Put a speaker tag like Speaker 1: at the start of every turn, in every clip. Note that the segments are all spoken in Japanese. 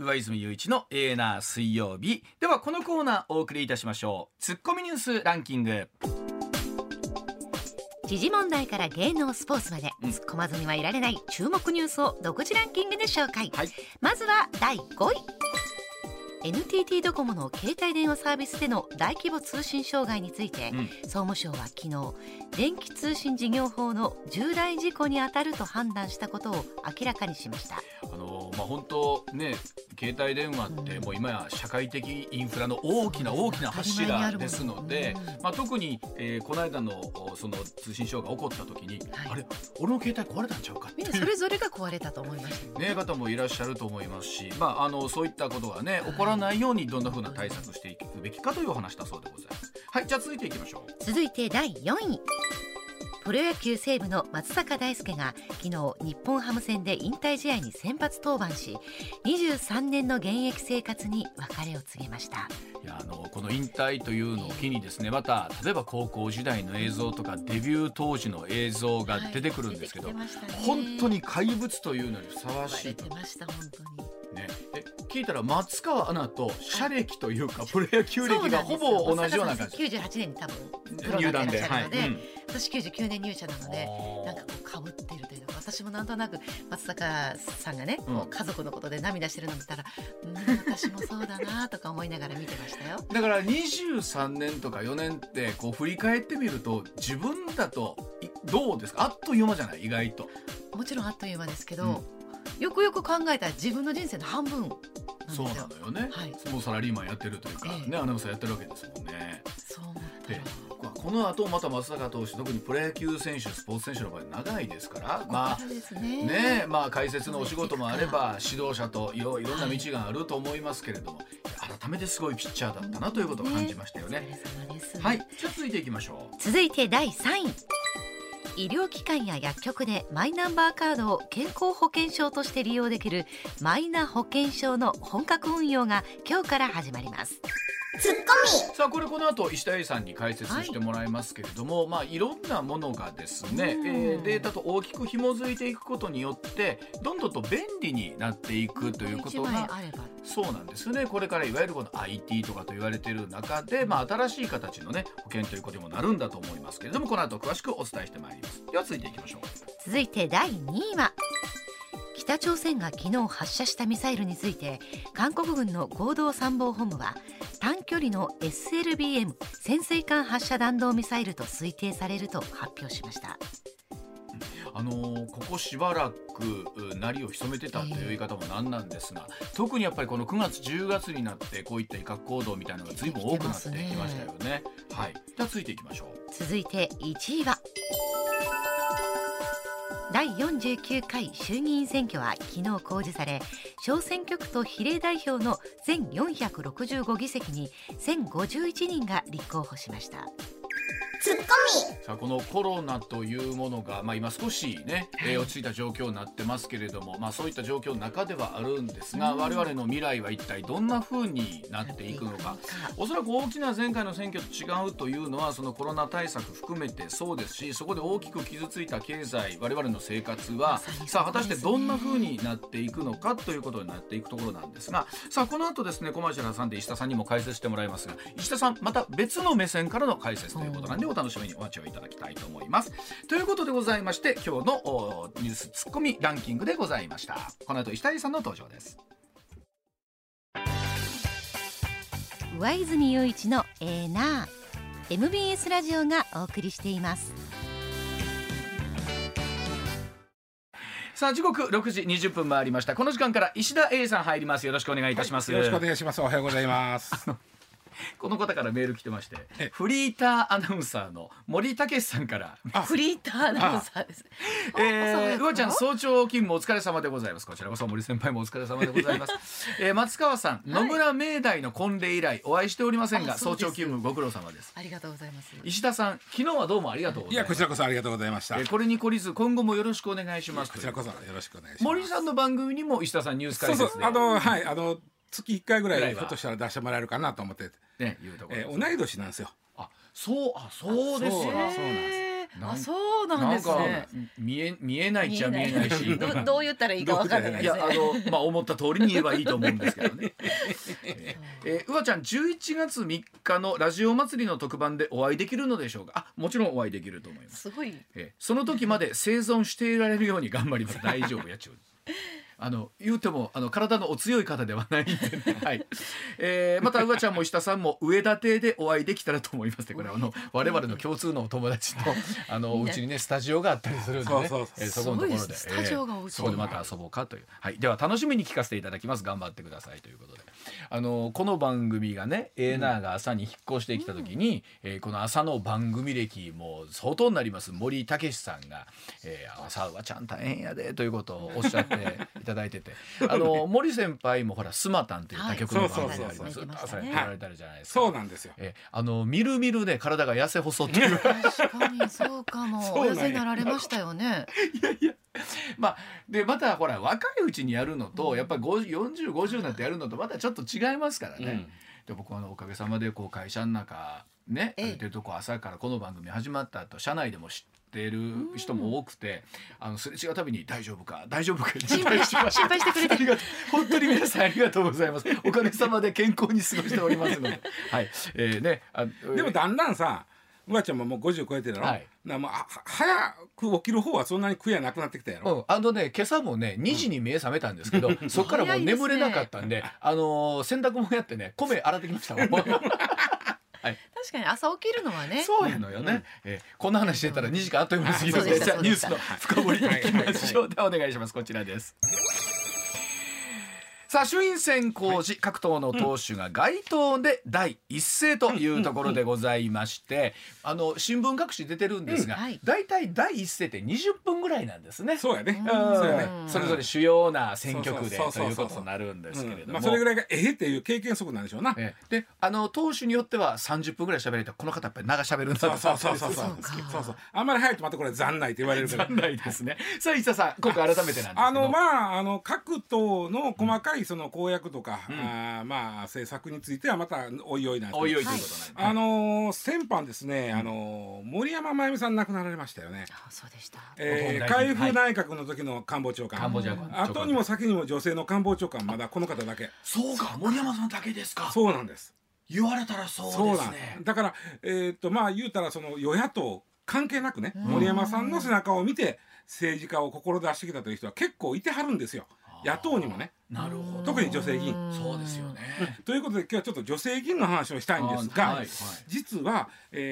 Speaker 1: 上泉雄一のエーナー水曜日では、このコーナーお送りいたしましょう。ツッコミニュースランキング。
Speaker 2: 時事問題から芸能スポーツまで、突っ込まずにはいられない注目ニュースを独自ランキングで紹介、まずは第5位。NTT ドコモの携帯電話サービスでの大規模通信障害について、総務省は昨日、電気通信事業法の重大事故に当たると判断したことを明らかにしました。
Speaker 1: 本当ね、携帯電話ってもう今や社会的インフラの大きな柱ですので、特に、この間のその通信障害が起こった時に、あれ俺の携帯壊れたんちゃうかって
Speaker 2: みんなそれぞれが壊れたと思いましたね。
Speaker 1: 方もいらっしゃると思いますし、そういったことがね起こらないようにどんな風な対策していくべきかというお話だそうでございます。はい、じゃあ続いていきましょう。
Speaker 2: 続いて第4位。プロ野球西武の松坂大輔が昨日日本ハム戦で引退試合に先発登板し、23年の現役生活に別れを告げました。
Speaker 1: いやこの引退というのを機にですね、また例えば高校時代の映像とかデビュー当時の映像が出てくるんですけど、本当に怪物というのにふさわしいと。
Speaker 2: 本当に
Speaker 1: ね、聞いたら松川アナと社歴というか、プロ野球歴がほぼ同じような感じ。
Speaker 2: 98年に多分プロ
Speaker 1: 入団で、
Speaker 2: いらっしゃるので、私99年入社なので、なんかこう被っているというか、私もなんとなく松坂さんがね、家族のことで涙してるのを見たら、私もそうだなとか思いながら見てましたよ。
Speaker 1: だから23年とか4年ってこう振り返ってみると、自分だとどうですか？あっという間じゃない？意外と。
Speaker 2: もちろんあっという間ですけど、よくよく考えたら自分の人生の半分なんですよ。
Speaker 1: そうなのよね、もうサラリーマンやってるというか、アナウンサーやってるわけですもんね。
Speaker 2: そう思ったら
Speaker 1: この後また松坂投手、特にプロ野球選手、スポーツ選手の場合長いですから、解説のお仕事もあれば指導者といろんな道があると思いますけれども、改めてすごいピッチャーだったなということを感じましたよね。はい、じゃあ続いていきましょう。
Speaker 2: 続いて第3位。医療機関や薬局でマイナンバーカードを健康保険証として利用できるマイナ保険証の本格運用が今日から始まります。
Speaker 1: ツッコミ。さあ、これこの後石田英さんに解説してもらいますけれども、いろんなものがですね、データと大きく紐づいていくことによってどんどんと便利になっていくということが、そうなんですよね。これからいわゆるこの IT とかと言われている中で、新しい形のね保険ということにもなるんだと思いますけれども、この後詳しくお伝えしてまいります。では続いていきましょう。
Speaker 2: 続いて第2位は、北朝鮮が昨日発射したミサイルについて、韓国軍の合同参謀本部は短距離の SLBM 潜水艦発射弾道ミサイルと推定されると発表しました。
Speaker 1: ここしばらく鳴りを潜めてたという言い方もなんなんですが、特にやっぱりこの9月10月になってこういった威嚇行動みたいなのが随分多くなってきましたよね。はい、では続いていきましょう。
Speaker 2: 続いて1位は、第49回衆議院選挙は昨日公示され、小選挙区と比例代表の全465議席に1051人が立候補しました。
Speaker 1: ツッコミ。さあ、このコロナというものが、今少しね、落ち着いた状況になってますけれども、そういった状況の中ではあるんですが、我々の未来は一体どんな風になっていくのか。おそらく大きな前回の選挙と違うというのは、そのコロナ対策含めてそうですし、そこで大きく傷ついた経済、我々の生活はさあ果たしてどんな風になっていくのかということになっていくところなんですが、さあこの後ですね、コマーシャル挟んで石田さんにも解説してもらいますが、石田さんまた別の目線からの解説ということなんで、お楽しみにお待ちをいただきたいと思います。ということでございまして、今日のニュースツッコミランキングでございました。この後石田さんの登場です。
Speaker 2: 上泉雄一のな MBS ラジオがお送りしています。
Speaker 1: さあ時刻6時20分回りました。この時間から石田英さん入ります。よろしくお願いいたします。
Speaker 3: よろしくお願いします。おはようございます。
Speaker 1: この方からメール来てまして、フリーターアナウンサーの森武さんから。
Speaker 2: フリーターアナウンサーです。
Speaker 1: うわちゃん早朝勤務お疲れ様でございます。こちらこそ森先輩もお疲れ様でございます。松川さん、野村明大の婚礼以来お会いしておりませんが、早朝勤務ご苦労様です。
Speaker 2: ありがとうございます。
Speaker 1: 石田さん、昨日はどうもありがとうございます。
Speaker 3: いや、こちらこそありがとうございました。
Speaker 1: これに懲りず今後もよろしくお願いします。
Speaker 3: こちらこそよろしくお願いします。
Speaker 1: 森さんの番組にも石田さんニュース解説で、
Speaker 3: 月1回ぐらいひょっとしたら出してもらえるかなと思って、
Speaker 1: ね、いうところ
Speaker 3: 同い年なんですよ。
Speaker 1: そうですよ。
Speaker 3: そうなんです。
Speaker 2: あ、そうなんですね。
Speaker 1: 見えないっちゃ見えないし
Speaker 2: どう言ったらいいか分からないですね。
Speaker 1: いや思った通りに言えばいいと思うんですけどね。うわちゃん11月3日のラジオ祭りの特番でお会いできるのでしょうか。もちろんお会いできると思います。
Speaker 2: すごい。
Speaker 1: その時まで生存していられるように頑張ります。大丈夫やっちゅう。言うても体のお強い方ではないんで、ね、はい。またうわちゃんも石田さんも上田邸でお会いできたらと思いますね。これ我々の共通のお友達のうちにねスタジオがあったりするんでね、そこのところで
Speaker 2: スタジオがお家
Speaker 1: そこでまた遊ぼうかという、はい、では楽しみに聞かせていただきます。頑張ってくださいということで、この番組がねナーが朝に引っ越してきた時に、この朝の番組歴も相当になります森武さんが、朝うわちゃん大変やでということをおっしゃっていただいてて森先輩もほらスマタンという他局の番組があります。朝やってられたじゃないですか。
Speaker 3: そうなんですよ。
Speaker 1: みるみるね体が痩せ細っていう
Speaker 2: 確かにそうかも。お痩せになられましたよね。
Speaker 1: いやでまたほら若いうちにやるのとやっぱり40、50になってやるのとまたちょっと違いますからね。で僕はおかげさまで会社の中ねある程度朝からこの番組始まった後社内でも知ってる人も多くて、すれ違うたびに大丈夫か心配
Speaker 2: してくれて
Speaker 1: 本当に皆さんありがとうございます。おかげさまで健康に過ごしておりますので、はいね、
Speaker 3: でもだんだんさうわちゃんももう50超えてるだろ、はい、もう早く起きる方はそんなに苦やなくなってきたやろ。
Speaker 1: 今朝もね2時に目覚めたんですけど、そっからもう眠れなかったんで、洗濯物やってね米洗ってきましたもん。はい、
Speaker 2: 確かに朝起きるのはね
Speaker 1: そうやのよね、こんな話してたら2時間あっという間に過ぎるので、じゃあニュースの深掘りにいきましょう。ではお願いします。こちらです。さあ衆院選公示、各党の党首が街頭で第一声というところでございまして、新聞各紙出てるんですが、だいたい第一声って20分ぐらいなんですね。
Speaker 3: そうやね。
Speaker 1: それぞれ主要な選挙区でということになるんですけれども、
Speaker 3: それぐらいがっていう経験則なんでしょうな。
Speaker 1: で党首によっては30分ぐらい喋れて、この方やっぱり長喋るんだと。
Speaker 3: そうあんまり早くまたこれ残内って言われるから
Speaker 1: 残内ですね。さあ石田さん今回改めてなんですけど、
Speaker 3: 各党の細かいその公約とか、政策についてはまたおいおいなんですけど、
Speaker 1: おいおいということなんです。
Speaker 3: 先般ですね、森山真由美さん亡くなられましたよね。
Speaker 2: そうでした。
Speaker 3: 海部内閣の時の官房長官、後にも先にも女性の官房長官、まだこの方だけ。
Speaker 1: そうか、森山さんだけですか。
Speaker 3: そうなんです。
Speaker 1: 言われたらそうですね。
Speaker 3: だから言うたらその与野党関係なくね、森山さんの背中を見て政治家を志してきたという人は結構いてはるんですよ。野党にもね。
Speaker 1: なるほど。
Speaker 3: 特に女性議員。
Speaker 1: そうですよね。
Speaker 3: ということで今日はちょっと女性議員の話をしたいんですが、実は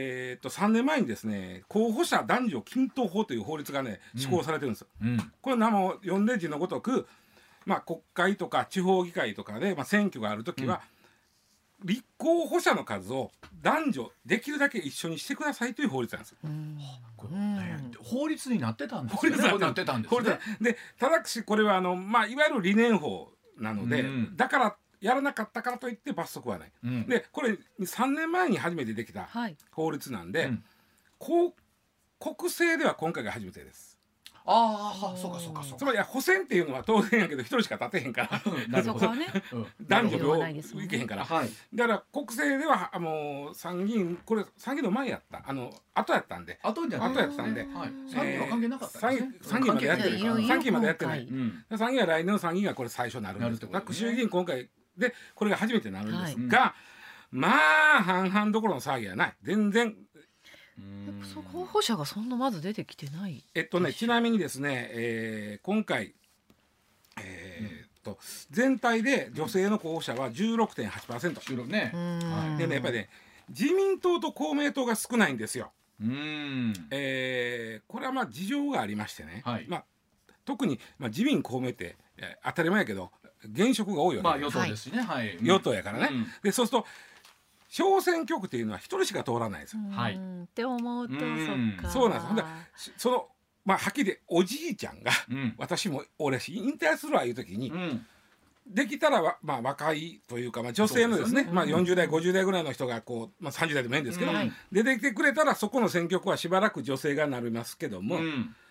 Speaker 3: 3年前にですね、候補者男女均等法という法律がね施行されてるんですよ。これ名も読んで字のごとく、国会とか地方議会とかで選挙があるときは、立候補者の数を男女できるだけ一緒にしてくださいという法律なんですよ。
Speaker 1: 法律になってたんですね。法律になってたんですね。
Speaker 3: でただしこれはいわゆる理念法なので、だからやらなかったからといって罰則はない。でこれ3年前に初めてできた法律なんで、国政では今回が初めてです。
Speaker 1: そうか。
Speaker 3: つまり補選っていうのは当然やけど一人しか立てへんから、
Speaker 2: そこはね
Speaker 3: 男女いけへんから、だから国政ではもう参議院の前やった後やったんで
Speaker 1: 後や
Speaker 3: ったんで、
Speaker 1: 参議院は関係なかった。参
Speaker 3: 議院までやってるから参議院までやってない。参議院は来年の参議院がこれ最初になるんですけど、衆議院今回でこれが初めてになるんですが、半々どころの騒ぎはない。全然
Speaker 2: 候補者がそんなまず出てきてない。
Speaker 3: ちなみにですね、今回全体で女性の候補者は 16.8%。でね、やっぱりね自民党と公明党が少ないんですよ。これは事情がありましてね、特に自民公明って当たり前やけど現職が多いわけ
Speaker 1: です。与党ですしね。
Speaker 3: 与党やからね。でそうすると小選挙区っていうのは一人しか通らないんですよ。
Speaker 2: って思うと
Speaker 3: そうなんです。そのはっきりおじいちゃんが、私も俺引退するわいう時に、できたら若いというか女性のですね、40代50代ぐらいの人がこう、30代でもいいんですけど、出てきてくれたらそこの選挙区はしばらく女性がなりますけども、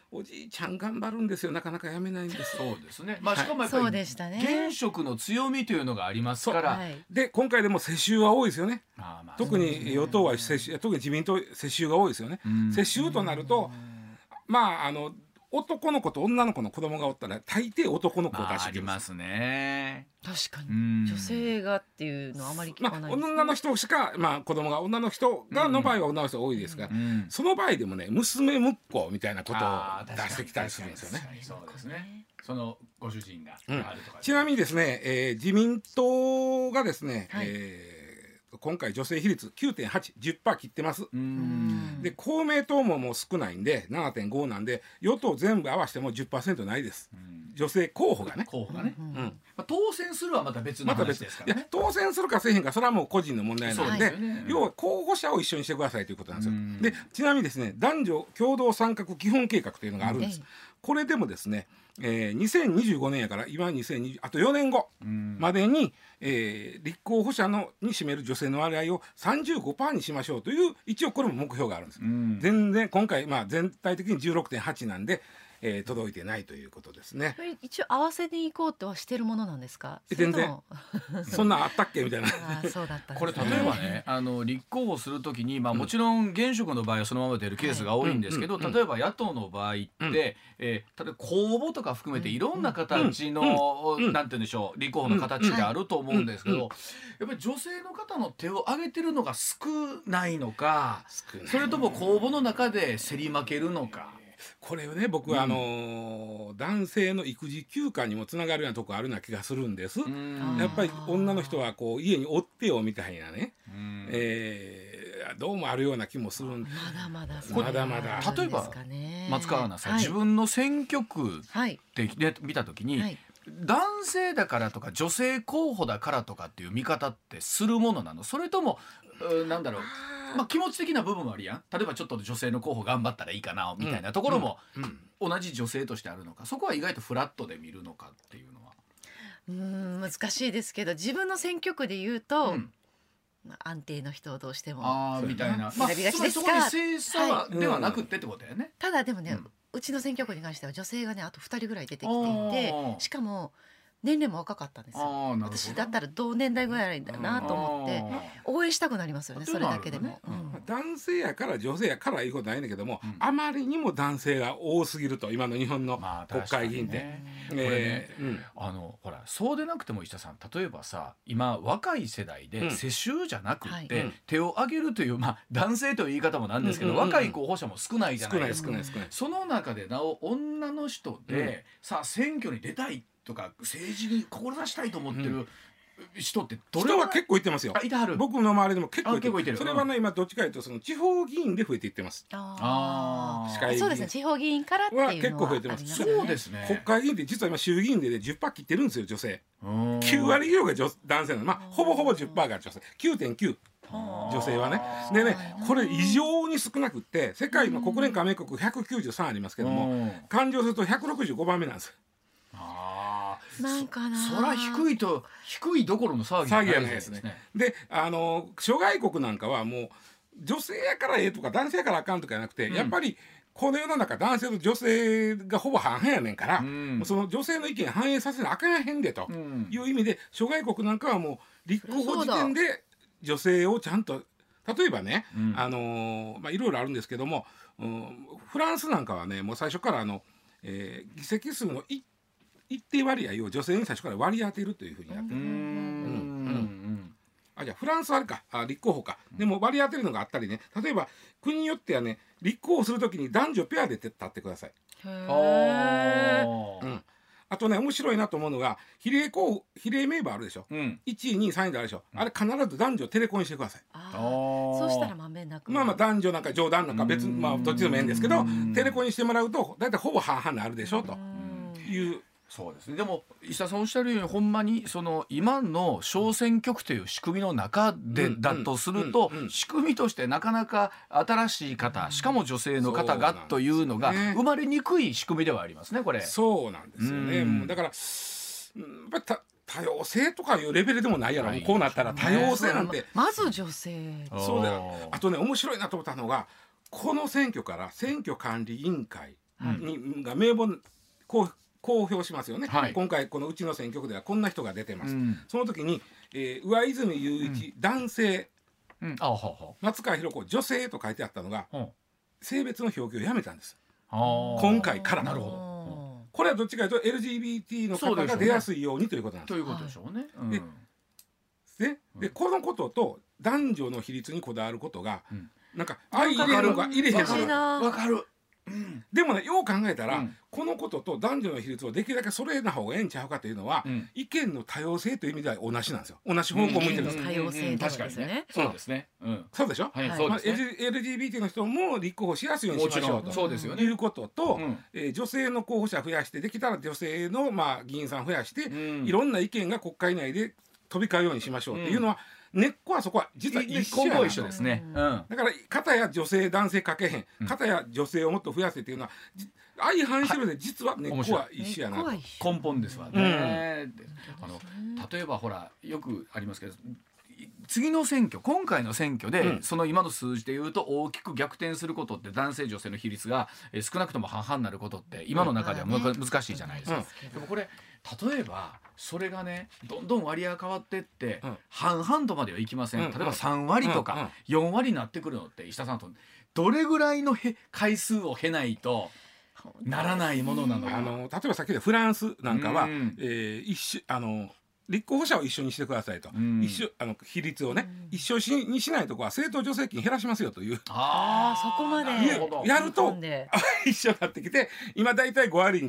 Speaker 3: おじいちゃん頑張るんですよ、なかなか辞めないんです。
Speaker 1: そうですね、まあ、しかもやっぱり現職の強みというのがありますから、
Speaker 3: で今回でも世襲は多いですよね。特に与党は特に自民党世襲が多いですよね。世襲となるとまあ男の子と女の子の子供がおったら大抵男の子を出してきます。
Speaker 1: ありますね。
Speaker 2: 確かに女性がっていうのはあまり聞かないですね。
Speaker 3: 女の人しか、子供が女の人がの場合は女の人多いですが、その場合でもね娘婿みたいなことを出してきたりするんですよね。
Speaker 1: そうですね。そのご主人があるとか、
Speaker 3: ちなみにですね、自民党がですね、今回女性比率 9.8、10% 切ってます。で公明党ももう少ないんで 7.5 なんで、与党全部合わせても 10% ないです。女性候補がね、
Speaker 1: 当選するはまた別の話ですからね。
Speaker 3: 当選するかせえへんかそれはもう個人の問題なので、要は候補者を一緒にしてくださいということなんですよ。でちなみにですね、男女共同参画基本計画というのがあるんです。これでもですね、2025年やから今2020あと4年後までに、立候補者に占める女性の割合を 35% にしましょうという一応これも目標があるんです。全然今回、全体的に 16.8 なんで、届いてないということですね。
Speaker 2: 一応合わせに行こうとはしてるものなんですか？
Speaker 3: 全然そんなんあったっけみたいな
Speaker 2: そうだったんですね。
Speaker 1: これ例えばね、立候補するときに、もちろん現職の場合はそのまま出るケースが多いんですけど、例えば野党の場合って、例えば公募とか含めていろんな形の、なんて言うんでしょう、立候補の形ってあると思うんですけど、やっぱり女性の方の手を挙げてるのが少ないのか、それとも公募の中で競り負けるのか。
Speaker 3: これをね、僕は男性の育児休暇にもつながるようなとこあるような気がするんです。やっぱり女の人はこう家におってよみたいなね、どうもあるような気もするんで、
Speaker 2: まだ
Speaker 1: 例えば松川アナさん、自分の選挙区で見た時に、男性だからとか女性候補だからとかっていう見方ってするものなの？それともなんだろう、気持ち的な部分もあるやん。例えばちょっと女性の候補頑張ったらいいかなみたいなところも同じ女性としてあるのか、そこは意外とフラットで見るのかっていうのは
Speaker 2: 難しいですけど、自分の選挙区で言うと、安定の人をどうしても
Speaker 1: みたいな、
Speaker 2: 選びがちですが、
Speaker 1: そこに性差ではなくってってことだよね。
Speaker 2: ただでもね、うちの選挙区に関しては女性がねあと2人ぐらい出てきていて、しかも年齢も若かったんですよ。私だったら同年代ぐらいだなと思って応援したくなりますよね、それだけでも。
Speaker 3: 男性やから女性やからいいことないんだけども、あまりにも男性が多すぎると、今の日本の国会議員で、
Speaker 1: ほらそうでなくても石田さん、例えばさ、今若い世代で世襲じゃなくって手を挙げるという、男性という言い方もなんですけど、若い候補者も少ないじゃないですか。その中でなお女の人でさあ選挙に出たいとか政治に志したいと思ってる人って
Speaker 3: 人は結構いってますよ。僕の周りでも結構いてる。それはね、今どっちかというとその地方議員で増えていってます。
Speaker 2: そうですね、地方議員からっていうのは
Speaker 3: 結構増えてます。
Speaker 1: そうですね。
Speaker 3: 国会議員って実は今衆議院で 10% 切ってるんですよ、女性。9割以上が男性なの。ほぼほぼ 10% が女性。9.9 女性はね。でね、これ異常に少なくって、世界の国連加盟国193ありますけども、勘定すると165番目なんですよ。
Speaker 2: なんかな、
Speaker 1: そら低いどころの騒ぎ
Speaker 3: じゃないですね。で、諸外国なんかはもう女性やからええとか男性やからあかんとかじゃなくて、やっぱりこの世の中男性と女性がほぼ半々やねんから、その女性の意見反映させなあかんへんでという意味で、諸外国なんかはもう立候補時点で女性をちゃんと、例えばね、いろいろあるんですけども、フランスなんかはね、もう最初から議席数の一定割合を女性に最初から割り当てるというふうになってる。じゃあフランスはあれか、立候補か。でも割り当てるのがあったりね、例えば国によってはね、立候補するときに男女ペアで立ってください。あとね、面白いなと思うのが、比例名簿あるでしょ、1位2位3位であるでしょ、あれ必ず男女テレコンしてください。
Speaker 2: そうしたらまんべんなく、
Speaker 3: 男女なんか冗談なんか別に、どっちでもいいんですけど、テレコンにしてもらうと大体ほぼ半々になるでしょという。
Speaker 1: そうですね。でも石田さんおっしゃるように、ほんまにその今の小選挙区という仕組みの中でだとすると、仕組みとしてなかなか新しい方、しかも女性の方がというのが生まれにくい仕組みではありますね、これ。
Speaker 3: そうなんですよね。だからやっぱり多様性とかいうレベルでもないやろ、こうなったら多様性なんて。
Speaker 2: まず女性。
Speaker 3: そうだよ。あとね、面白いなと思ったのが、この選挙から選挙管理委員会が名簿公表しますよね、今回このうちの選挙区ではこんな人が出てます、その時に、上泉雄一、男性、松川博子女性と書いてあったのが、性別の表記をやめたんです、今回から。なるほど。これはどっちかというと LGBT の方が出やすいようにということなんです。
Speaker 1: ということでしょうね。
Speaker 3: でこのことと男女の比率にこだわることが、なんか相入れるのか入れへんのか
Speaker 1: 分かる。
Speaker 3: でもね、よう考えたら、このことと男女の比率をできるだけ揃えな方がええんちゃうかというのは、意見の多様性という意味では同じなんですよ。同じ方向を向いてるんです。
Speaker 2: 多様性
Speaker 1: 確かにね。そうですね。
Speaker 3: そうでしょ。LGBT の人も立候補しやすいようにしましょうと。そうですよね。いうことと、女性の候補者増やして、できたら女性の議員さん増やして、いろんな意見が国会内で飛び交うようにしましょうっていうのは。根っこはそこは実は一緒ですね。だから片や女性男性かけへん、片や女性をもっと増やせっていうのは相反してるので、実は根っこは一緒やなと。
Speaker 1: 根本ですわね。例えばほらよくありますけど、次の選挙、今回の選挙で、その今の数字でいうと大きく逆転することって、男性女性の比率が少なくとも半々になることって今の中では難しいじゃないですか。でもこれ例えばそれがね、どんどん割合が変わってって、半々とまではいきません。例えば3割とか4割になってくるのって、石田さんとどれぐらいの回数を経ないとならないものなのか。
Speaker 3: 例えばさっきでフランスなんかは、立候補者を一緒にしてくださいと、比率をね、一緒にしないとこは政党助成金減らしますよという、
Speaker 2: そこまで
Speaker 3: やると一緒になってきて、今だいたい5割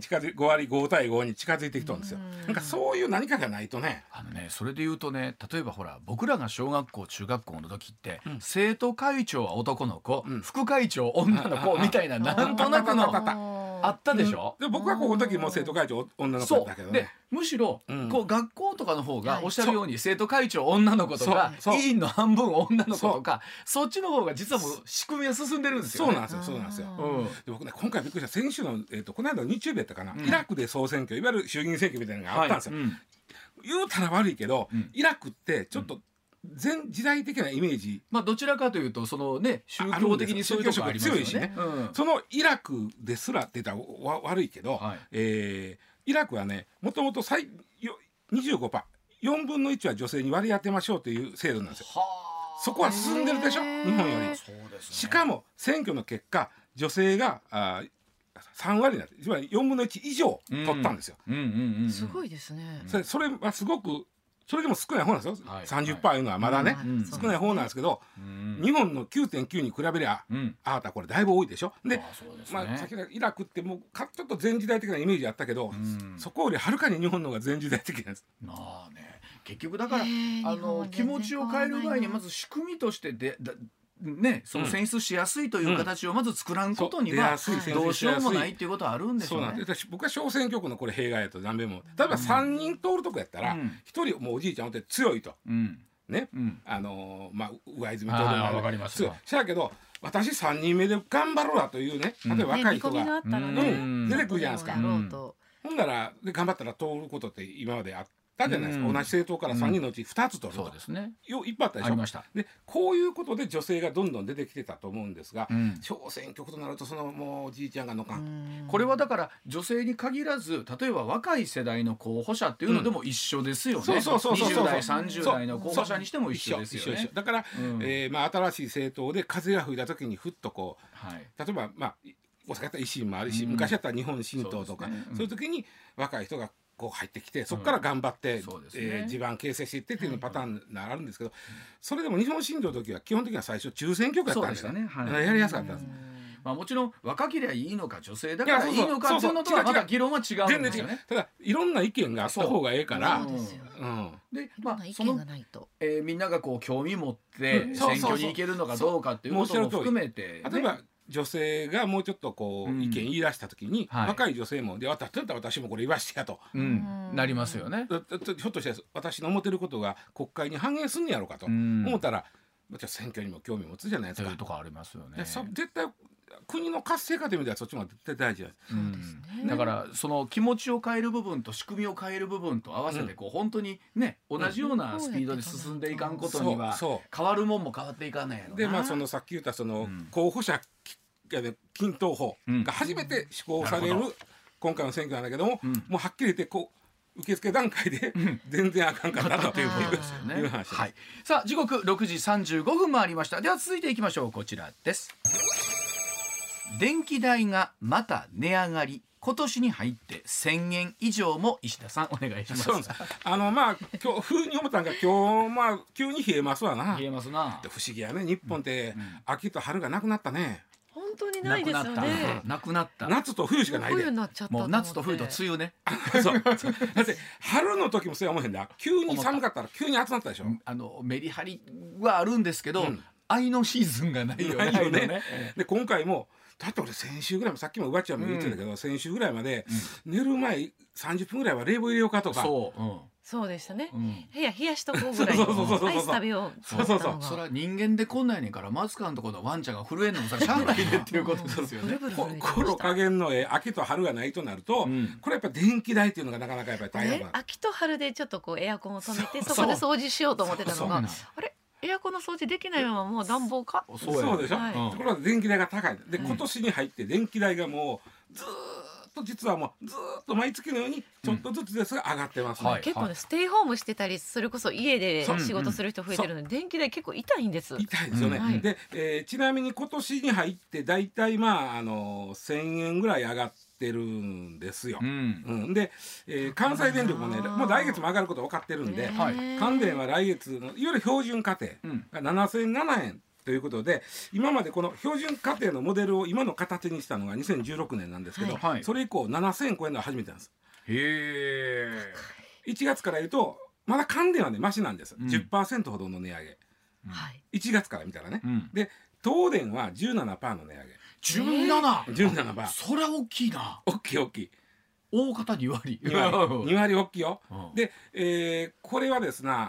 Speaker 3: 5対5に近づいてきたんですよ。なんかそういう何かがないとね。
Speaker 1: それで言うとね、例えばほら僕らが小学校中学校の時って、生徒会長は男の子、副会長女の子みたいな、なんとなくのあったでしょ。
Speaker 3: で僕はこの時も生徒会長女の子だけどね。
Speaker 1: むしろこう学校とかの方がおっしゃるように、生徒会長女の子とか委員の半分女の子とか、そっちの方が実はもう仕組みは進んでるんですよね。
Speaker 3: そうなんですよ。で僕ね、今回びっくりした、先週のこの間の日曜日やったかな、イラクで総選挙、いわゆる衆議院選挙みたいなのがあったんですよ。言うたら悪いけど、イラクってちょっと前時代的なイメージ、
Speaker 1: どちらかというとそのね、宗教的にそういうところがありますよね。強いしね。
Speaker 3: そのイラクですらって言ったら悪いけど、イラクはね、もともと25%、4分の1は女性に割り当てましょうという制度なんですよ。そこは進んでるでしょ、日本より。しかも選挙の結果、女性が3割になって、つまり4分の1以上取ったんですよ。
Speaker 2: すごいですね。
Speaker 3: それはすごく、それでも少ない方なんですよ。30% いうのはまだね、少ない方なんですけど、日本の 9.9 に比べりゃ、あなたこれだいぶ多いでしょ。で、先ほどイラクってもうちょっと前時代的なイメージあったけど、そこよりはるかに日本の方が前時代的なんです。
Speaker 1: 結局だから気持ちを変える前に、まず仕組みとしてその選出しやすいという形をまず作らんことにはどうしようもないっていうことはあるんでしょうね。
Speaker 3: 僕は小選挙区のこれ弊害やと何べんも、例えば3人通るとこやったら1人もうおじいちゃんおって強いとね、上泉通るの
Speaker 1: わかりますよ。
Speaker 3: しやけど私3人目で頑張ろうだというね、例えば若い人が出てくるじゃないですか。ほんなら頑張ったら通ることって今まであったじゃないですか。同じ政党から3人のうち2つ取ると、いっぱいあったでしょ。でこういうことで女性がどんどん出てきてたと思うんですが、小選挙区となるともうおじいちゃんがのかん。
Speaker 1: これはだから女性に限らず、例えば若い世代の候補者っていうのでも一緒ですよね。20代30代の候補者にしても一緒ですよね。
Speaker 3: だから新しい政党で風が吹いた時にふっとこう、例えば大阪やったら維新もあるし、昔やったら日本新党とか、そういう時に若い人がこう入ってきて、そこから頑張って地盤形成していってっていうパターンがあるんですけど、それでも日本新党の時は基本的には最初中選挙区やったんですよね。やりやすかったんです。
Speaker 1: もちろん若ければいいのか、女性だからいいのかっていうのとはまた議論は違うんですよね。
Speaker 3: ただいろんな意見があった方がええから、
Speaker 2: でその
Speaker 1: みんながこう興味持って選挙に行けるのかどうかっていうことも含めて、
Speaker 3: 例えば女性がもうちょっとこう意見言い出した時に、若い女性も「で私もこれ言わしてや」と
Speaker 1: なりますよね。
Speaker 3: ひょっとして私の思ってることが国会に反映すんねやろうかと思ったら、選挙にも興味持つじゃないですか。
Speaker 1: そういうとこありますよね。
Speaker 3: 絶対国の活性化という意味ではそっちも絶対大事です。
Speaker 1: だからその気持ちを変える部分と仕組みを変える部分と合わせて本当にね、同じようなスピードで進んでいかんことには変わるもんも変わっていかないのな。
Speaker 3: でそのさっき言ったその候補者均等法が初めて施行される今回の選挙なんだけども、もうはっきり言ってこう受付段階で全然あかんかったということですよね。
Speaker 1: はい、さあ時刻6時35分回りました。では続いていきましょう。こちらです。電気代がまた値上がり、今年に入って1000円以上も。石田さんお願いします。
Speaker 3: そうです。まあ今日風に思ったんが今日まあ急に冷えますわな。
Speaker 1: 冷えますな。
Speaker 3: 不思議やね、日本って、秋と春がなくなったね。
Speaker 2: 本当にないですよね。
Speaker 1: なくなった。
Speaker 3: 夏と冬しかないで。
Speaker 1: もう夏と冬と梅雨ね。
Speaker 3: そうだって春の時もそうや思へんだ。急に寒かったら急に暑くなったでしょ。
Speaker 1: メリハリはあるんですけど、愛のシーズンがないよね。
Speaker 3: で今回もだって俺先週ぐらいもさっきもうばちゃんも言ってたけど、先週ぐらいまで寝る前30分ぐらいは冷房入れようかとか。
Speaker 2: そうでしたね。部屋冷やしとこうぐらいのアイス食べよう。
Speaker 3: そ
Speaker 1: れは人間でこんなんやねんから、マツカのところのワンちゃんが震えんのもさしゃあないでっていうことですよね。
Speaker 3: この加減の秋と春がないとなると、これやっぱ電気代っていうのがなかなかやっぱり大変だ。
Speaker 2: 秋と春でちょっとこうエアコンを止めてそこで掃除しようと思ってたのが、あれエアコンの掃除できないままもう暖房か。
Speaker 3: そうでしょ。ところが電気代が高い。で今年に入って電気代がもうずっと実はもうずっと毎月のようにちょっとずつですが上がってますね。
Speaker 2: 結構ねステイホームしてたり、それこそ家で仕事する人増えてるので電気代結構痛いんです。
Speaker 3: 痛いですよね。でちなみに今年に入ってだいたいまあ1000円ぐらい上がってるんですよ。で関西電力もねもう来月も上がること分かってるんで、関電は来月のいわゆる標準家庭が7007円ということで、今までこの標準家庭のモデルを今の形にしたのが2016年なんですけど、それ以降7000円超えるのは初めてなんです。1月から言うとまだ関電はねマシなんです。10% ほどの値上げ、1月から見たらね。で東電は 17% の値上げ。17%。
Speaker 1: それは大きいな。
Speaker 3: 大きい。
Speaker 1: 大方2割。
Speaker 3: 2割大きいよ。でこれはですね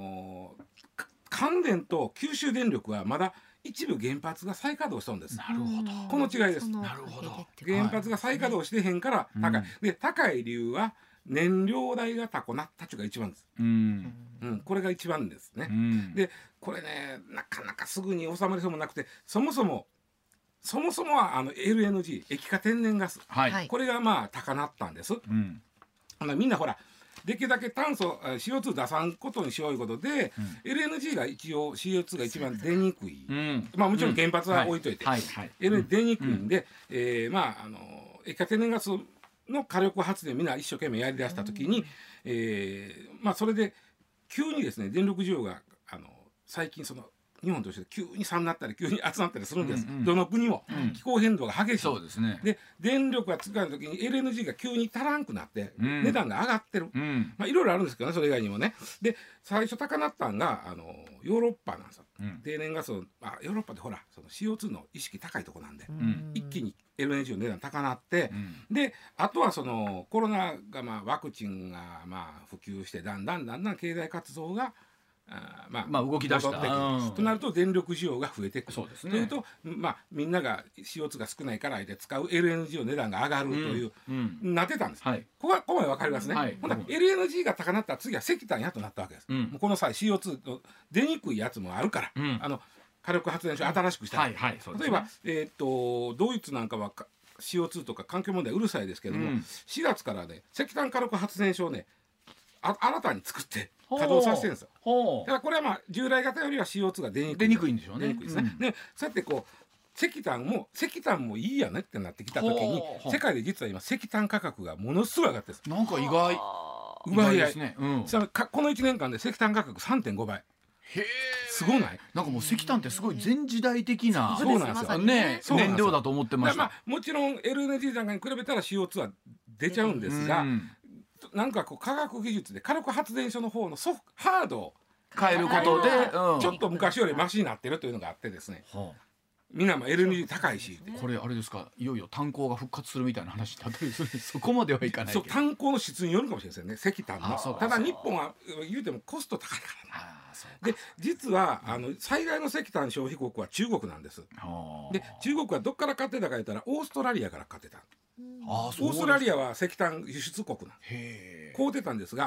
Speaker 3: 関電と九州電力はまだ一部原発が再稼働したんです。
Speaker 1: なるほど。
Speaker 3: この違いです。
Speaker 1: なるほど。
Speaker 3: 原発が再稼働してへんから高い。で高い理由は燃料代が高くなったっちゅうが一番です。これが一番ですね。でこれねなかなかすぐに収まりそうもなくて、そもそもはLNG 液化天然ガス、これがまあ高なったんです。みんなほらできるだけ炭素 CO2 出さんことにしよういうことで、LNG が一応 CO2 が一番出にくい、まあもちろん原発は置いといて、LNG 出にくいんで、まあ液化天然ガスの火力発電みんな一生懸命やりだした時に、まあそれで急にですね電力需要が最近日本として急に寒なったり急に暑なったりするんです。どの国も気候変動が激しい。
Speaker 1: そうですね。
Speaker 3: で電力が使う時に LNG が急に足らんくなって値段が上がってる。まあいろいろあるんですけどね、それ以外にもね。で最初高なったんがヨーロッパなんですよ。天然ガスをヨーロッパでほらCO2 の意識高いとこなんで、一気に LNG の値段高なって、であとはコロナがワクチンが普及してだんだん経済活動が
Speaker 1: 動き出した
Speaker 3: となると電力需要が増えてくる。
Speaker 1: そうですね。
Speaker 3: というとみんなが CO2 が少ないからで使う LNG の値段が上がるというなってたんです。ここまで分かりますね。ほんなら LNG が高なったら次は石炭やとなったわけです。もうこの際 CO2 の出にくいやつもあるから、火力発電所新しくした例えばドイツなんかはCO2 とか環境問題うるさいですけども、4月からね石炭火力発電所をね新たに作って稼働させてるんですよ。だからこれは従来型よりは CO2 が出にくいんでしょうね。でそうやって石炭もいいやねってなってきた時に、世界で実は今石炭価格がものすごい上がってるんです。
Speaker 1: なんか意外ですね。
Speaker 3: この1年間で石炭価格 3.5 倍。すごない？
Speaker 1: なんかもう石炭ってすごい前時代的な
Speaker 3: そうなんですよ
Speaker 1: ね、燃料だと思ってました。
Speaker 3: もちろん LNG なんかに比べたら CO2 は出ちゃうんですが、なんか科学技術で火力発電所の方のハードを
Speaker 1: 変えることで
Speaker 3: ちょっと昔よりマシになってるというのがあってですね、みんなも LNG 高いし、
Speaker 1: これあれですか、いよいよ炭鉱が復活するみたいな話になったりする。そこまではいかないけど、
Speaker 3: 炭鉱の質によるかもしれないですよね、石炭の。ただ日本は言うてもコスト高いからな。で実は最大の石炭消費国は中国なんです。で中国はどっから買ってたか言ったらオーストラリアから買ってた。オーストラリアは石炭輸出国なん買うてたんですが、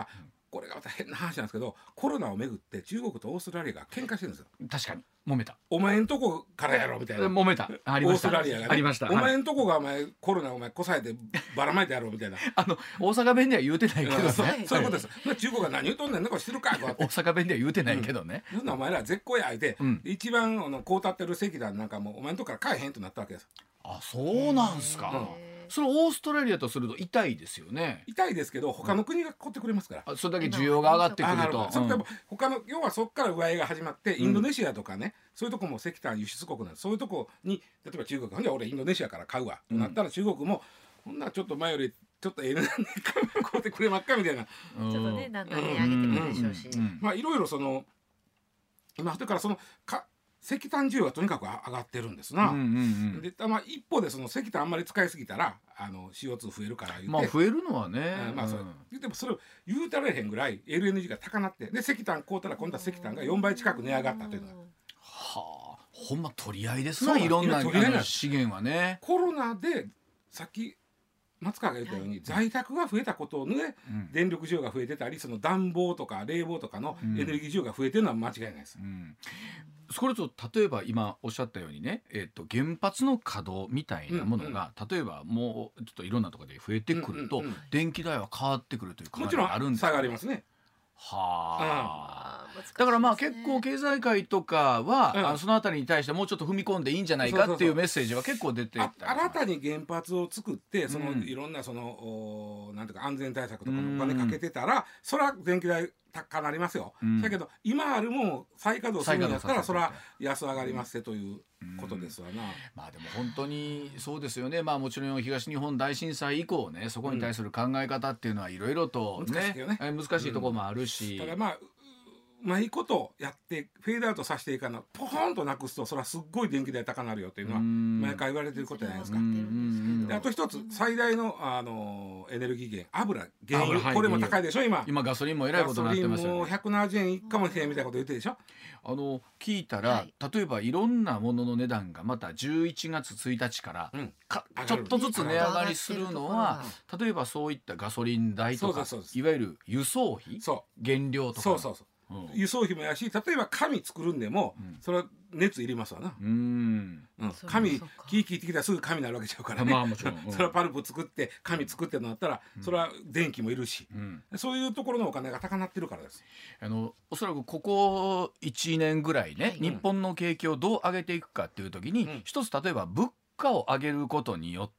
Speaker 3: これがまた変な話なんですけど、コロナをめぐって中国とオーストラリアが喧嘩してるんですよ。
Speaker 1: 確かに揉めた。
Speaker 3: お前んとこからやろみたいな。
Speaker 1: 揉めた。ありました。
Speaker 3: オーストラリアがね、
Speaker 1: ありました。
Speaker 3: お前んとこがコロナこさえてばらまいてやろうみたいな。
Speaker 1: 大阪弁では言うてないけどね。
Speaker 3: そういうことです。中国が何言うとんねん、なんかしてるかこうやって。
Speaker 1: 大阪弁では言うてないけどね。
Speaker 3: そんなお前ら絶好やいて、一番こう立ってる石炭なんかもお前んとこから買えへんとなったわけです。
Speaker 1: あ、そうなんすか。それオーストラリアとすると痛いですよね。
Speaker 3: 痛いですけど他の国が買ってくれますから、
Speaker 1: それだけ需要が上がってくると。
Speaker 3: 他の要はそこから上合いが始まって、インドネシアとかね、そういうとこも石炭輸出国なんです。そういうとこに例えば中国がじゃあ俺インドネシアから買うわとなったら、中国もほんならちょっと前よりちょっとええ値段で買ってくれまっかみたいな、
Speaker 2: ちょっとねだんだん値上げてくるでしょうし、
Speaker 3: まあいろいろ今だから石炭需要がとにかく上がってるんですな。で一方で石炭あんまり使いすぎたらCO2 増えるから言って、
Speaker 1: まあ増えるのはね、
Speaker 3: でもそれを言うたられへんぐらい LNG が高なって、で石炭買うたら今度は石炭が4倍近く値上がったというのが、
Speaker 1: はあ、ほんま取り合いですね。いろんな資源はね。
Speaker 3: コロナでさっき松川が言ったように、在宅が増えたことで電力需要が増えてたり、暖房とか冷房とかのエネルギー需要が増えてるのは間違いないです。
Speaker 1: それと例えば今おっしゃったようにね、原発の稼働みたいなものが、例えばもうちょっといろんなところで増えてくると、電気代は変わってくるという考えがあるんですか。
Speaker 3: もちろん差がありますね。
Speaker 1: はあ、だからまあ結構経済界とかは、そのあたりに対してもうちょっと踏み込んでいいんじゃないかっていうメッセージは結構出てた。
Speaker 3: 新たに原発を作っていろんななんていうか安全対策とかのお金かけてたら、それは電気代高くなりますよ。だけど今あるもん再稼働するんだったらそれは安上がりますということですわな。
Speaker 1: まあでも本当にそうですよね。まあもちろん東日本大震災以降ね、そこに対する考え方っていうのはいろいろとね、難しいところもあるし、
Speaker 3: ただまあうまいことやってフェードアウトさせていかな、ポーンとなくすとそれはすっごい電気代高なるよっていうのは毎回言われてることじゃないですか。であと一つ最大のエネルギー源原油、これも高いでしょ。今
Speaker 1: ガソリンもえらいことになってますよね。
Speaker 3: ガソリンも170円いくかもしれんみたいなこと言ってるでしょ。
Speaker 1: 聞いたら、例えばいろんなものの値段がまた11月1日からちょっとずつ値上がりするのは、例えばそういったガソリン代とかいわゆる輸送費、原料とか、輸送費もやし、例えば紙作るんでもそれは熱いりますわな。紙木切ってきたらすぐ紙になるわけちゃうからね。 まあもちろん
Speaker 3: それはパルプ作って紙作ってのなったら、それは電気もいるし、そういうところのお金が高なってるからです。
Speaker 1: おそらくここ1年ぐらいね、日本の景気をどう上げていくかっていう時に、一つ例えば物価を上げることによって、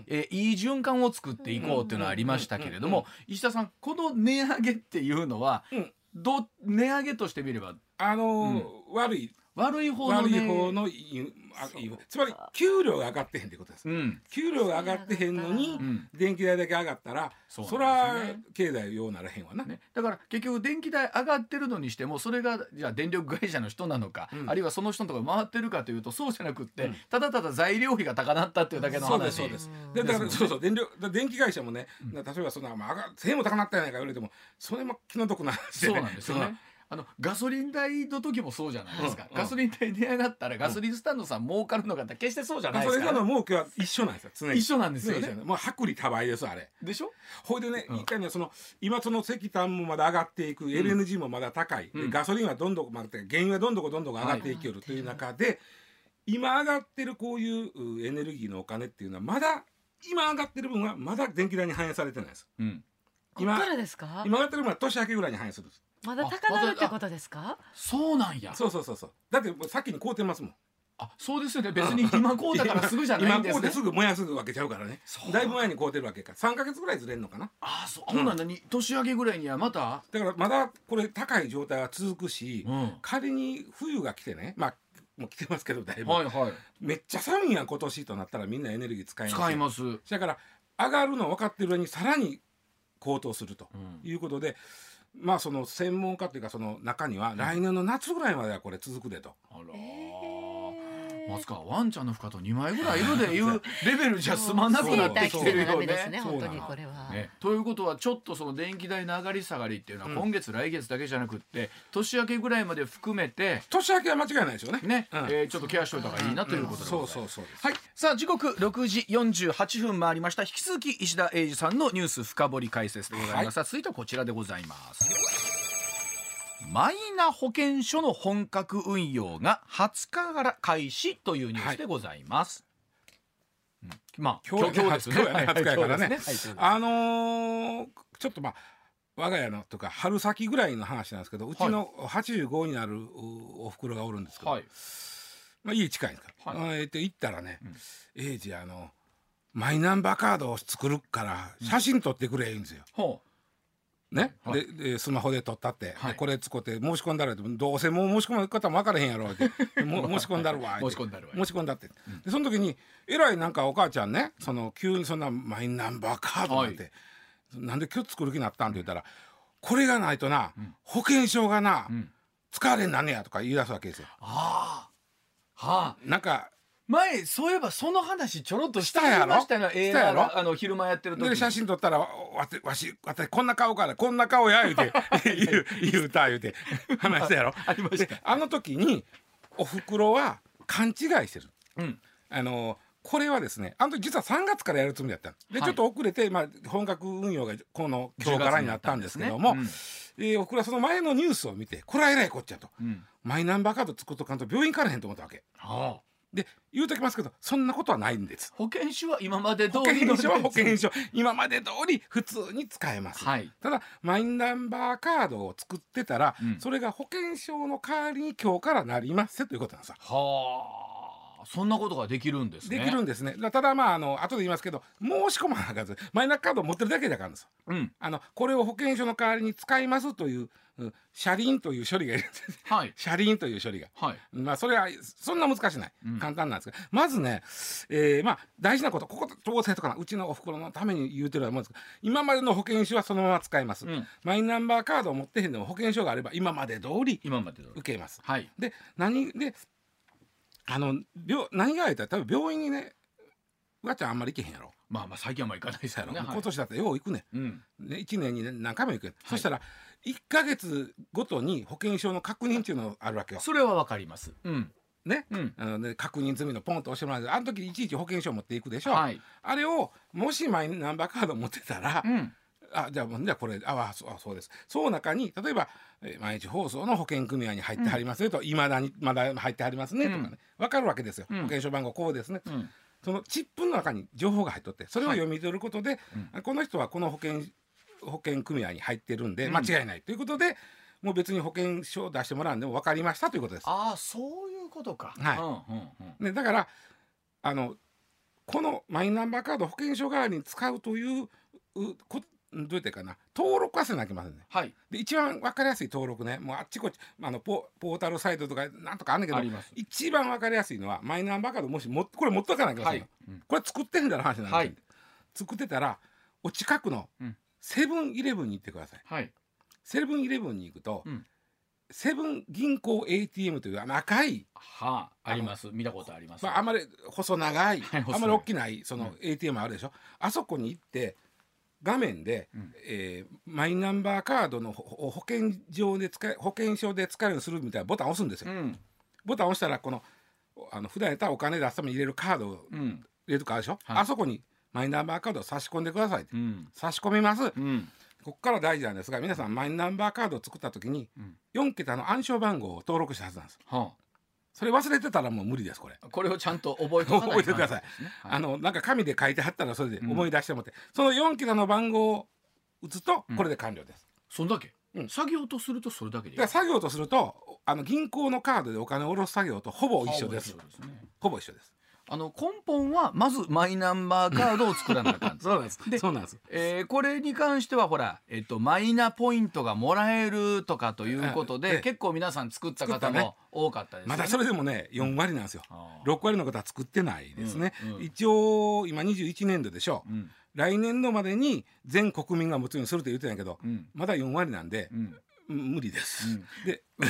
Speaker 1: いい循環を作っていこうっていうのはありましたけれども、石田さん、この値上げっていうのは、値上げとしてみれば悪い方のつまり給料が上がってへんってことです。給料が上がってへんのに電気代だけ上がったら、そりゃ経済ようならへんわな。 だから結局電気代上がってるのにしても、それがじゃあ電力会社の人なのか、あるいはその人のところ回ってるかというとそうじゃなくって、ただただ材料費が高なったっていうだけの話。
Speaker 3: そうです。だから電気会社もね、例えば1000円も高なったやないか言われても、それも気の毒な話で。
Speaker 1: そうなんですよね。ガソリン代の時もそうじゃないですか。ガソリン代値上がったらガソリンスタンドさん儲かるのかって決してそうじゃないですか。
Speaker 3: ガソリンスタンドの儲けは一緒なんですよ。常に
Speaker 1: 一緒なんですよね。
Speaker 3: もう薄利多売ですあれ。
Speaker 1: でしょ。
Speaker 3: ほいでね、一回ね今石炭もまだ上がっていく、LNG もまだ高い、ガソリンはどんどん原油はどんどん上がっていけるという中で、今上がってるこういうエネルギーのお金っていうのはまだ今上がってる分はまだ電気代に反映されてないです。
Speaker 2: 今からですか。
Speaker 3: 今上がってる分は年明けぐらいに反映するんです。
Speaker 2: まだ高なるってことですか。
Speaker 1: そうなんや。
Speaker 3: そうだって先に買うてますもん。
Speaker 1: そうですよね。別に今買うだからすぐじゃないんですね。
Speaker 3: 今買うてすぐ燃やすわけちゃうからね。だいぶ前に買うてるわけか。3ヶ月ぐらいずれんのかな。
Speaker 1: そうなんだ。年明けぐらいにはまた。
Speaker 3: だからまだこれ高い状態は続くし、仮に冬が来てね、もう来てますけどだいぶ、めっちゃ寒いやん今年となったらみんなエネルギー使います。だから上がるの分かってる上にさらに高騰するということで、その専門家というかその中には来年の夏ぐらいまではこれ続くでと。
Speaker 1: 松川ワンちゃんの負荷と2枚ぐらいいるでいうレベルじゃ済まなくなってきてるよね。
Speaker 2: 本当にこれは、
Speaker 1: ね、ということはちょっとその電気代の上がり下がりっていうのは今月、来月だけじゃなくって年明けぐらいまで含めて
Speaker 3: 年明けは間違いないですよね。
Speaker 1: ね、ちょっとケアしといた方がいいなということでございます。
Speaker 3: そうです。
Speaker 1: はい、さあ時刻6時48分回りました。引き続き石田英二さんのニュース深掘り解説でございます。続いてはこちらでございます。マイナ保険証の本格運用が20日から開始というニュースでございます。まあ今日ですね。
Speaker 3: 20日からね。ちょっと我が家のとか春先ぐらいの話なんですけど、うちの85になるおふくろがおるんですけど、家近いんですから、行ったらね、英二マイナンバーカードを作るから写真撮ってくれ言うんですよ。ね、でスマホで撮ったって、これ使って申し込んだらどうせもう申し込む方も分からへんやろって申し込んだるわ申し込んだって、でその時にえらいなんかお母ちゃんね、急にそんなマイナンバーカードなんて、なんで今日作る気になったんって言ったら、これがないとな、保険証がな、使われんなんねやとか言い出すわけですよ。なんか
Speaker 1: 前そういえばその話ちょろっとしたやろ。昼間やってる時
Speaker 3: で写真撮ったらわしこんな顔からこんな顔や言うて言うて話したやろ。
Speaker 1: ありました。
Speaker 3: あの時におふくろは勘違いしてる。これはですね、あの時実は3月からやるつもりだったで、ちょっと遅れて、本格運用がこの今日からになったんですけども、おふくろはその前のニュースを見て、これはえらいこっちゃと、マイナンバーカード作っとかんと病院からへんと思ったわけ。で言うときますけど、そんなことはないんです。
Speaker 1: 保険証は今まで通り
Speaker 3: 今まで通り普通に使えます、ただマイナンバーカードを作ってたら、それが保険証の代わりに今日からなりますということなんですよ。
Speaker 1: そんなことができるんですね。
Speaker 3: できるんですね。ただ後で言いますけど、申し込まなあかんずマイナンバーカードを持ってるだけであかんです。これを保険証の代わりに使いますという車輪という処理がいるんです、車輪という処理が、それはそんな難しない、簡単なんですが、まずね、大事なこと、ここ当然とかな、うちのおふくろのために言うてるようなもんですが、今までの保険証はそのまま使えます、マイナンバーカードを持ってへんでも保険証があれば今まで通り受けます。で何が言ったら、多分病院にね、うわちゃんあんまり行けへんやろ。
Speaker 1: 最近は行かないですよね。
Speaker 3: 今年だったらよう行くね、1年に何回も行く、そしたら1ヶ月ごとに保険証の確認っていうのがあるわけよ。
Speaker 1: それはわかります。
Speaker 3: ね、確認済みのポンと押してもらう。あの時いちいち保険証持っていくでしょ、あれをもしマイナンバーカード持ってたら、じゃあこれそうです。その中に例えば毎日放送の保険組合に入ってはりますねと、まだ入ってはりますねとかね、分かるわけですよ。保険証番号こうですね、そのチップの中に情報が入っとって、それを読み取ることで、この人はこの保険組合に入ってるんで間違いないということで、もう別に保険証を出してもらうんでも分かりましたということです。
Speaker 1: そういうことか。
Speaker 3: だからこのマイナンバーカード保険証代わりに使うというどうやってかな、登録はせなきゃいけませんね。で一番分かりやすい登録ね、もうあっちこっちポータルサイトとかなんとかあんねんけど、一番分かりやすいのはマイナンバーカードもしこれ持っとかなきゃいけませんよ。これ作ってへんだら話なんで、作ってたらお近くのセブンイレブンに行ってください。セブンイレブンに行くと、セブン銀行 ATM という赤い
Speaker 1: あります。見たことあります。
Speaker 3: あんまり細長い、あんまり大きないその ATM あるでしょ。あそこに行って画面で、マイナンバーカードの保険証で使えるようにするみたいなボタンを押すんですよ。ボタンを押したらこの普段やったらお金出すために入れるカードを入れるとかあるでしょ、あそこにマイナンバーカードを差し込んでくださいって、差し込みます、ここから大事なんですが、皆さんマイナンバーカードを作った時に4桁の暗証番号を登録したはずなんです。それ忘れてたらもう無理です。
Speaker 1: これをちゃんと覚えて
Speaker 3: ください。なんか紙で書いてはったらそれで思い出してもって、その4桁の番号を打つとこれで完了です。
Speaker 1: そんだけ。作業とするとそれだけでいい。
Speaker 3: 作業とすると銀行のカードでお金を下ろす作業とほぼ一緒です。ほぼ一緒です。
Speaker 1: 根本はまずマイナンバーカードを作らなあかん
Speaker 3: そうなんです。
Speaker 1: これに関してはほら、マイナポイントがもらえるとかということで、結構皆さん作った方も多かったですね。
Speaker 3: まだそれでもね4割なんですよ。6割の方は作ってないですね。一応今21年度でしょ、来年度までに全国民が持つようにすると言ってたんやけど、まだ4割なんで、無理です。で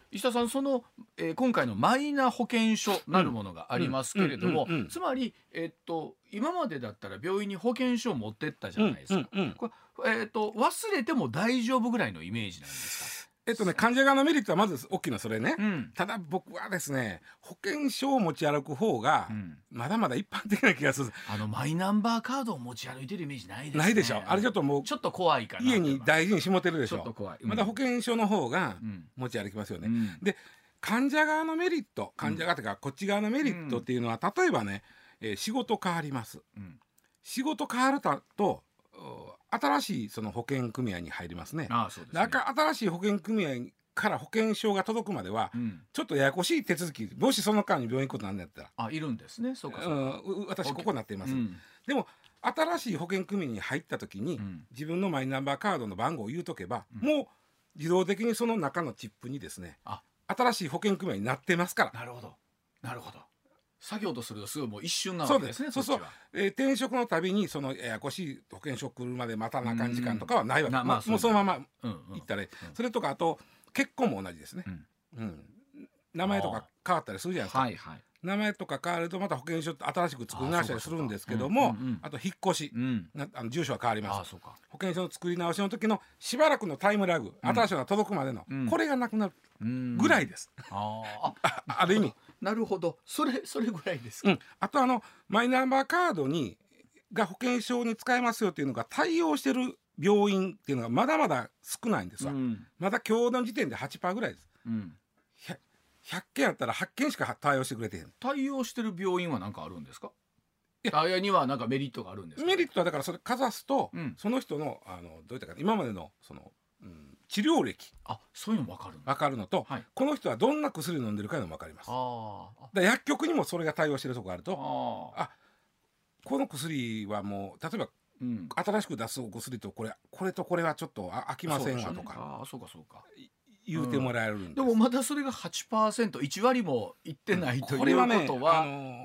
Speaker 1: 石田さん、その、今回のマイナ保険証なるものがありますけれども、つまり、今までだったら病院に保険証を持ってったじゃないですか。これ、忘れても大丈夫ぐらいのイメージなんですか？
Speaker 3: 患者側のメリットはまず大きなそれね、ただ僕はですね、保険証を持ち歩く方がまだまだ一般的な気がする。
Speaker 1: マイナンバーカードを持ち歩いてるイメージないですね。
Speaker 3: ないでしょ。あれちょっともう
Speaker 1: ちょっと怖いかな。
Speaker 3: 家に大事にしもてるでしょ。
Speaker 1: ちょっと怖い。
Speaker 3: まだ保険証の方が持ち歩きますよね。で、患者側のメリット、患者側というかこっち側のメリットっていうのは、例えばね、仕事変わります。仕事変わると新しいその保険組合に入りますね。新しい保険組合から保険証が届くまでは、ちょっとややこしい手続き、もしその間に病院行くことなんだったら
Speaker 1: いるんですね。そうか
Speaker 3: 私ここになっています。でも新しい保険組合に入った時に、自分のマイナンバーカードの番号を言うとけば、もう自動的にその中のチップにですね、新しい保険組合になってますから。
Speaker 1: なるほどなるほど。作業とするとすごいもう一瞬なわけですね。
Speaker 3: そう転職のたびにそのややこしい保険証来るまで待たなあかん時間とかはないわけ。もうそのまま行ったら、それとかあと結婚も同じですね。名前とか変わったりするじゃないですか。名前とか変わるとまた保険証って新しく作り直したりするんですけども、あと引っ越し、住所は変わります。保険証の作り直しの時のしばらくのタイムラグ、新しいのが届くまでのこれがなくなるぐらいです。ある意味。
Speaker 1: なるほど。それぐらいですか。
Speaker 3: あとマイナンバーカードが保険証に使えますよっていうのが対応してる病院っていうのがまだまだ少ないんですわ。まだ今日の時点で 8% ぐらいです。100件あったら8件しか対応してくれてへん。
Speaker 1: 対応してる病院は何かあるんですか？には何かメリットがあるんですか？
Speaker 3: メリットはだからそれかざすと、その人のどういったか今までのその治療歴、
Speaker 1: そういうの分
Speaker 3: かるのと、この人はどんな薬飲んでるかも分かります。だ薬局にもそれが対応してるとこあると、この薬はもう例えば新しく出すお薬とこれとこれはちょっと飽きませんわとか、
Speaker 1: そうか
Speaker 3: 言うてもらえるんです。
Speaker 1: でもまだそれが 8%、1割もいってないということは、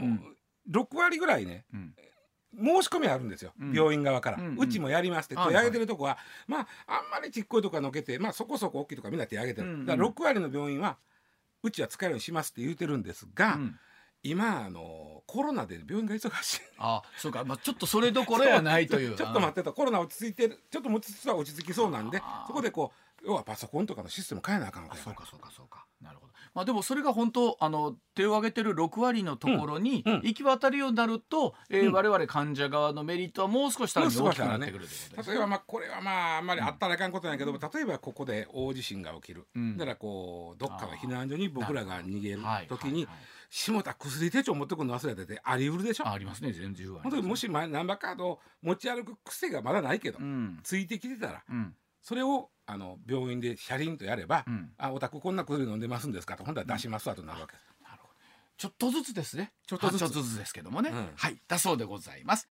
Speaker 3: 6割ぐらいね、申し込みあるんですよ、病院側から。うちもやりますって手挙げてるとこは、あんまりちっこいとかのけて、そこそこ大きいとかみんな手挙げてる。だから6割の病院はうちは使えるようにしますって言うてるんですが、今コロナで病院が忙しい。
Speaker 1: そうか、ちょっとそれどころやないという
Speaker 3: ちょっと待ってと、コロナ落ち着いてる、ちょっと落ち着きそうなんで、そこで要はパソコンとかのシステム変えなあかんわけだから。
Speaker 1: そうか。なるほど。でもそれが本当手を挙げてる6割のところに行き渡るようになると、我々患者側のメリットはもう少しさらに大きくなってくるということですね。
Speaker 3: 例えばこれはあんまりあったらあかんことなんやけども、例えばここで大地震が起きる。だからどっかの避難所に僕らが逃げる時に下田薬手帳持ってくるの忘れててあり得るでしょ。
Speaker 1: ありますね、全然。
Speaker 3: 本当にもしナンバーカードを持ち歩く癖がまだないけど、ついてきてたら、それを病院で車輪とやれば、お宅こんな薬飲んでますんですかと、今度は出しますわとなるわけです。
Speaker 1: ちょっとずつですね。ちょっとずつですけどもね。だそうでございます。